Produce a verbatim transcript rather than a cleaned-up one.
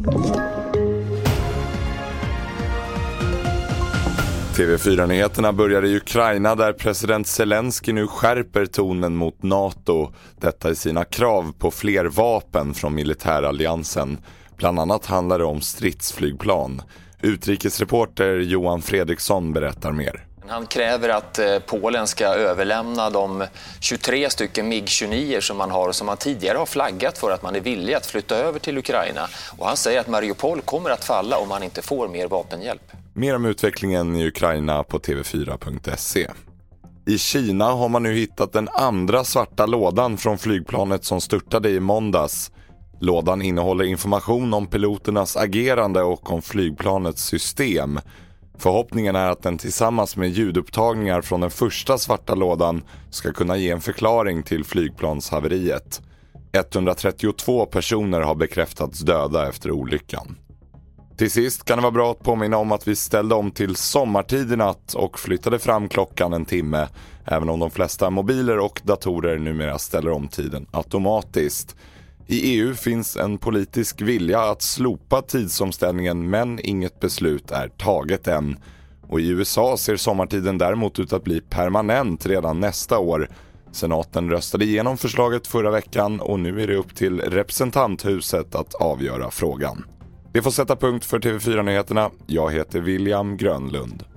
T V fyra-nyheterna börjar i Ukraina där president Zelensky nu skärper tonen mot NATO. Detta i sina krav på fler vapen från militäralliansen. Bland annat handlar det om stridsflygplan. Utrikesreporter Johan Fredriksson berättar mer. Han kräver att Polen ska överlämna de tjugotre stycken MiG tjugonio som man har och som man tidigare har flaggat för att man är villig att flytta över till Ukraina. Och han säger att Mariupol kommer att falla om man inte får mer vapenhjälp. Mer om utvecklingen i Ukraina på t v fyra punkt se. I Kina har man nu hittat den andra svarta lådan från flygplanet som störtade i måndags. Lådan innehåller information om piloternas agerande och om flygplanets system. Förhoppningen är att den tillsammans med ljudupptagningar från den första svarta lådan ska kunna ge en förklaring till flygplanshaveriet. etthundratrettiotvå personer har bekräftats döda efter olyckan. Till sist kan det vara bra att påminna om att vi ställde om till sommartid i natt och flyttade fram klockan en timme, även om de flesta mobiler och datorer numera ställer om tiden automatiskt. I E U finns en politisk vilja att slopa tidsomställningen, men inget beslut är taget än. Och i U S A ser sommartiden däremot ut att bli permanent redan nästa år. Senaten röstade igenom förslaget förra veckan och nu är det upp till representanthuset att avgöra frågan. Det får sätta punkt för T V fyra-nyheterna. Jag heter William Grönlund.